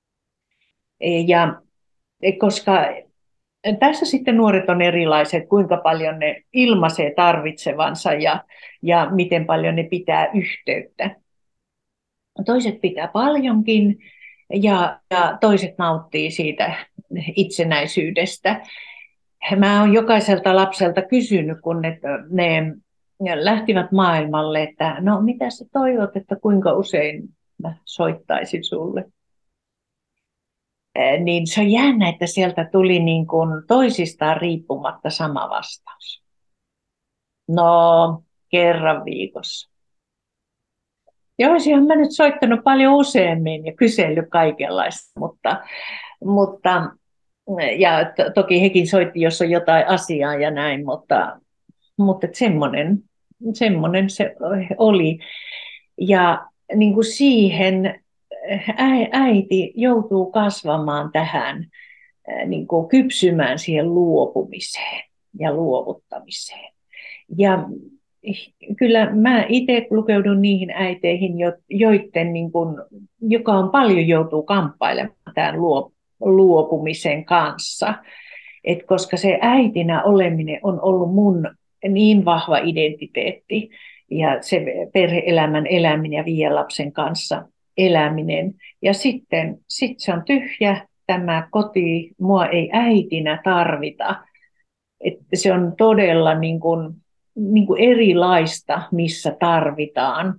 Ja koska tässä sitten nuoret on erilaiset, kuinka paljon ne ilmaisee tarvitsevansa ja miten paljon ne pitää yhteyttä. Toiset pitää paljonkin ja toiset nauttii siitä itsenäisyydestä. Mä oon jokaiselta lapselta kysynyt, kun ne lähtivät maailmalle, että no mitä sä toivot, että kuinka usein mä soittaisin sulle. Niin se on jännä, että sieltä tuli niin kuin toisistaan riippumatta sama vastaus. No, kerran viikossa. Ja olisinhan mä nyt soittanut paljon useammin ja kysellyt kaikenlaista, mutta ja toki hekin soitti, jos on jotain asiaa ja näin, mutta semmoinen se oli. Ja niin kuin siihen äiti joutuu kasvamaan tähän, niin kuin kypsymään siihen luopumiseen ja luovuttamiseen. Ja kyllä mä itse lukeudun niihin äiteihin, joiden, niin kuin, joka on paljon joutuu kamppailemaan tämän luopumisen kanssa. Koska se äitinä oleminen on ollut mun niin vahva identiteetti ja se perhe-elämän eläminen ja viiden lapsen kanssa eläminen. Ja sitten se on tyhjä tämä koti, mua ei äitinä tarvita. Että se on todella niin kuin erilaista, missä tarvitaan.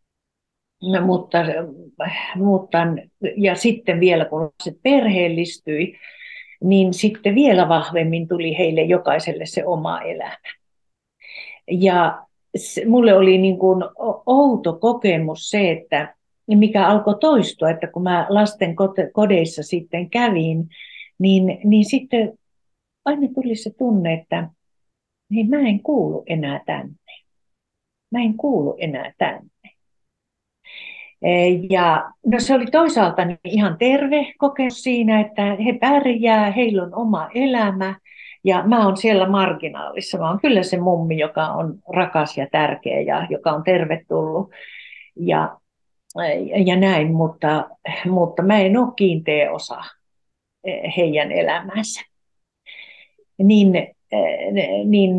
Mutta, ja sitten vielä kun lapset perheellistyi, niin sitten vielä vahvemmin tuli heille jokaiselle se oma elämä. Ja mulle oli niin kuin outo kokemus se, että mikä alkoi toistua, että kun mä lasten kodeissa sitten kävin, niin sitten aina tuli se tunne, että niin mä en kuulu enää tänne. Mä en kuulu enää tänne. Ja no se oli toisaalta niin ihan terve kokemus siinä, että he pärjää, heillä on oma elämä ja mä oon siellä marginaalissa. Mä oon kyllä se mummi, joka on rakas ja tärkeä ja joka on tervetullut ja, ja näin, mutta mä en ole kiinteä osa heidän elämäänsä. Niin, niin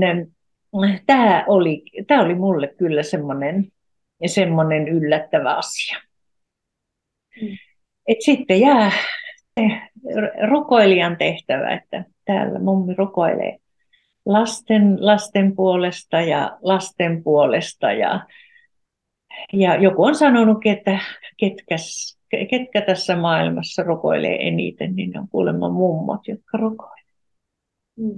tämä oli mulle kyllä semmoinen yllättävä asia. Et sitten jää rukoilijan tehtävä, että täällä mummi rukoilee lasten puolesta ja lasten puolesta. Ja joku on sanonutkin, että ketkä tässä maailmassa rukoilee eniten, niin ne on kuulemma mummot, jotka rukoilee. Mm.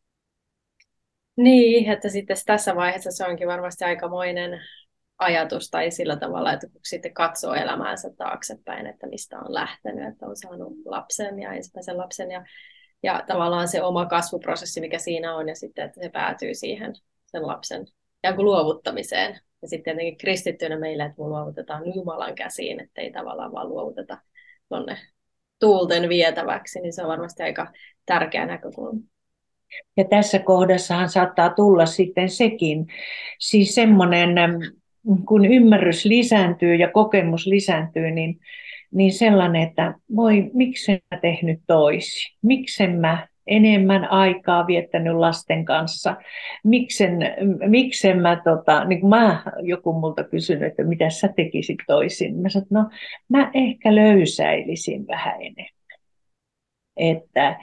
Niin, että sitten tässä vaiheessa se onkin varmasti aikamoinen ajatus tai sillä tavalla, että kun sitten katsoo elämäänsä taaksepäin, että mistä on lähtenyt, että on saanut lapsen ja ensimmäisen lapsen ja tavallaan se oma kasvuprosessi, mikä siinä on, ja sitten, että se päätyy siihen sen lapsen luovuttamiseen. Ja sitten tietenkin kristittynä meille, että me luovutetaan Jumalan käsiin, että ei tavallaan vaan luovuteta tuonne tuulten vietäväksi, niin se on varmasti aika tärkeä näkökulma. Ja tässä kohdassahan saattaa tulla sitten sekin, siis semmoinen, kun ymmärrys lisääntyy ja kokemus lisääntyy, niin sellainen, että voi, miksen mä tehnyt toisin, miksen mä enemmän aikaa viettänyt lasten kanssa, miksen mä, niin kuin joku multa kysynyt, että mitä sä tekisit toisin, mä sanoin, no mä ehkä löysäilisin vähän enemmän, että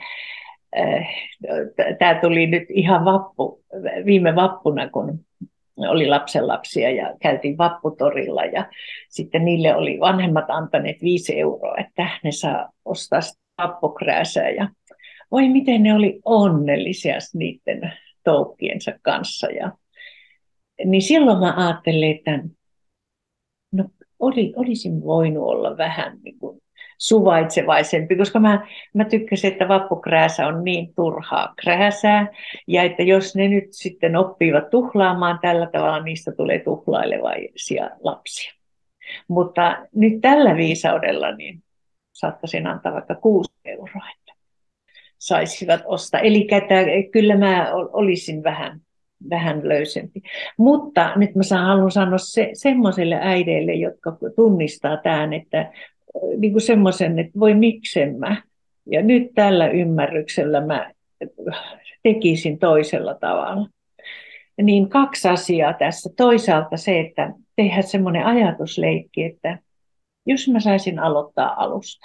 tämä tuli nyt ihan viime vappuna, kun oli lapsenlapsia ja käytiin vapputorilla ja sitten niille oli vanhemmat antaneet 5 euroa, että ne saa ostaa vappukrääsää ja voi miten ne oli onnellisia niiden toukkiensa kanssa. Niin silloin mä ajattelin, että no, olisin voinut olla vähän niin kuin suvaitsevaisempi, koska mä tykkäsin, että vappukrääsä on niin turhaa krääsää, ja että jos ne nyt sitten oppivat tuhlaamaan tällä tavalla, niistä tulee tuhlailevaisia lapsia. Mutta nyt tällä viisaudella niin saattaisin antaa vaikka 6 euroa, että saisivat ostaa. Eli kyllä mä olisin vähän löysempi. Mutta nyt mä haluan sanoa semmoiselle äideille, jotka tunnistaa tämän, että niin kuin semmoisen, että voi miksen mä. Ja nyt tällä ymmärryksellä mä tekisin toisella tavalla. Niin 2 asiaa tässä. Toisaalta se, että tehdään semmoinen ajatusleikki, että jos mä saisin aloittaa alusta.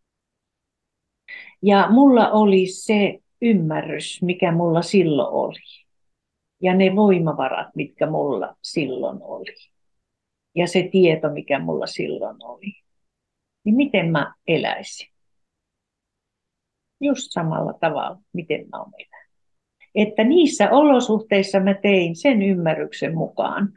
Ja mulla oli se ymmärrys, mikä mulla silloin oli. Ja ne voimavarat, mitkä mulla silloin oli. Ja se tieto, mikä mulla silloin oli. Niin miten mä eläisin? Just samalla tavalla, miten mä oon elänyt. Että niissä olosuhteissa mä tein sen ymmärryksen mukaan,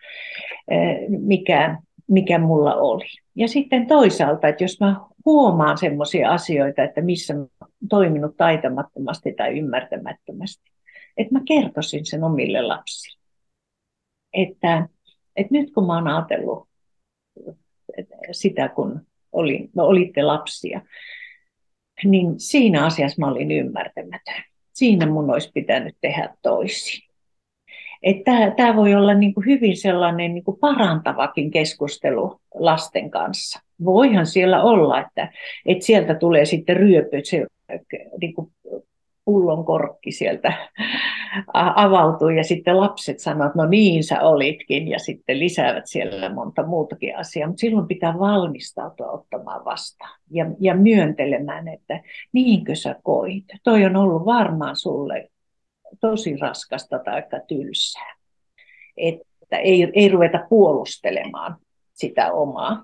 mikä mulla oli. Ja sitten toisaalta, että jos mä huomaan semmoisia asioita, että missä mä oon toiminut taitamattomasti tai ymmärtämättömästi, että mä kertoisin sen omille lapsille. Että nyt kun mä oon ajatellut sitä, kun olitte lapsia, niin siinä asiassa mä olin ymmärtämätön. Siinä mun olisi pitänyt tehdä toisin. Tämä voi olla niin kuin hyvin sellainen niin kuin parantavakin keskustelu lasten kanssa. Voihan siellä olla, että sieltä tulee sitten ryöpy, se niin kuin pullon korkki sieltä avautuu ja sitten lapset sanoo, että no niin sä olitkin ja sitten lisäävät siellä monta muutakin asiaa, mutta silloin pitää valmistautua ottamaan vastaan ja myöntelemään, että niinkö sä koit. Toi on ollut varmaan sulle tosi raskasta tai tylsää, että ei ruveta puolustelemaan sitä omaa.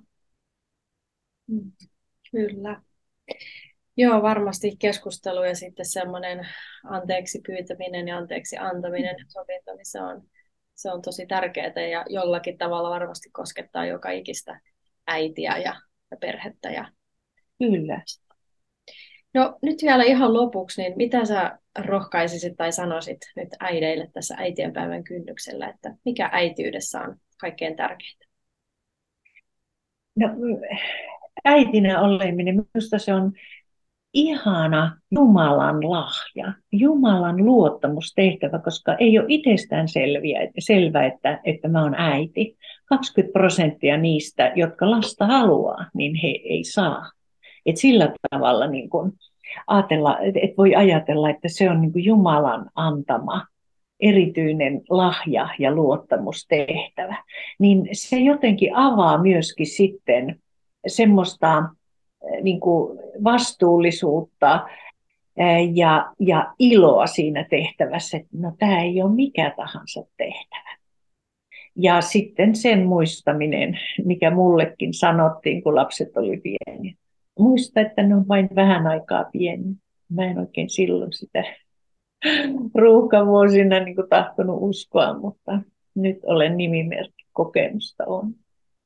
Kyllä. Joo, varmasti keskustelu ja sitten semmoinen anteeksi pyytäminen ja anteeksi antaminen ja sovinto, niin se on tosi tärkeää ja jollakin tavalla varmasti koskettaa joka ikistä äitiä ja perhettä. Kyllä. No nyt vielä ihan lopuksi, niin mitä sä rohkaisisit tai sanoisit nyt äideille tässä äitienpäivän kynnyksellä, että mikä äitiydessä on kaikkein tärkeintä? No, äitinä oleminen, minusta se on ihana Jumalan lahja, Jumalan luottamustehtävä, koska ei ole itsestään selvää, että mä oon äiti. 20% niistä, jotka lasta haluaa, niin he ei saa. Et sillä tavalla niin kun voi ajatella, että se on niin kun Jumalan antama erityinen lahja ja luottamustehtävä. Niin se jotenkin avaa myöskin sitten semmoista niin kuin vastuullisuutta ja iloa siinä tehtävässä, että no tämä ei ole mikä tahansa tehtävä. Ja sitten sen muistaminen, mikä mullekin sanottiin, kun lapset oli pieniä. Muista, että ne on vain vähän aikaa pieni. Mä en oikein silloin sitä ruuhkavuosina niin kuin tahtonut uskoa, mutta nyt olen nimimerkki, kokemusta on.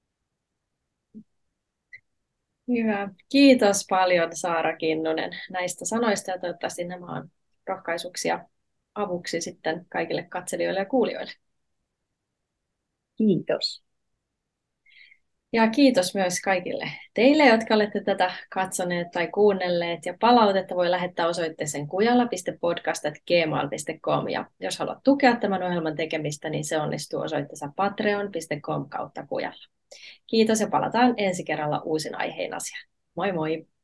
Hyvä. Kiitos paljon Saara Kinnunen näistä sanoista ja toivottavasti nämä on rohkaisuksia avuksi sitten kaikille katselijoille ja kuulijoille. Kiitos. Ja kiitos myös kaikille teille, jotka olette tätä katsoneet tai kuunnelleet. Ja palautetta voi lähettää osoitteeseen kujalla.podcast@gmail.com. Ja jos haluat tukea tämän ohjelman tekemistä, niin se onnistuu osoitteessa patreon.com/kujalla. Kiitos ja palataan ensi kerralla uusin aiheen asiaan. Moi moi!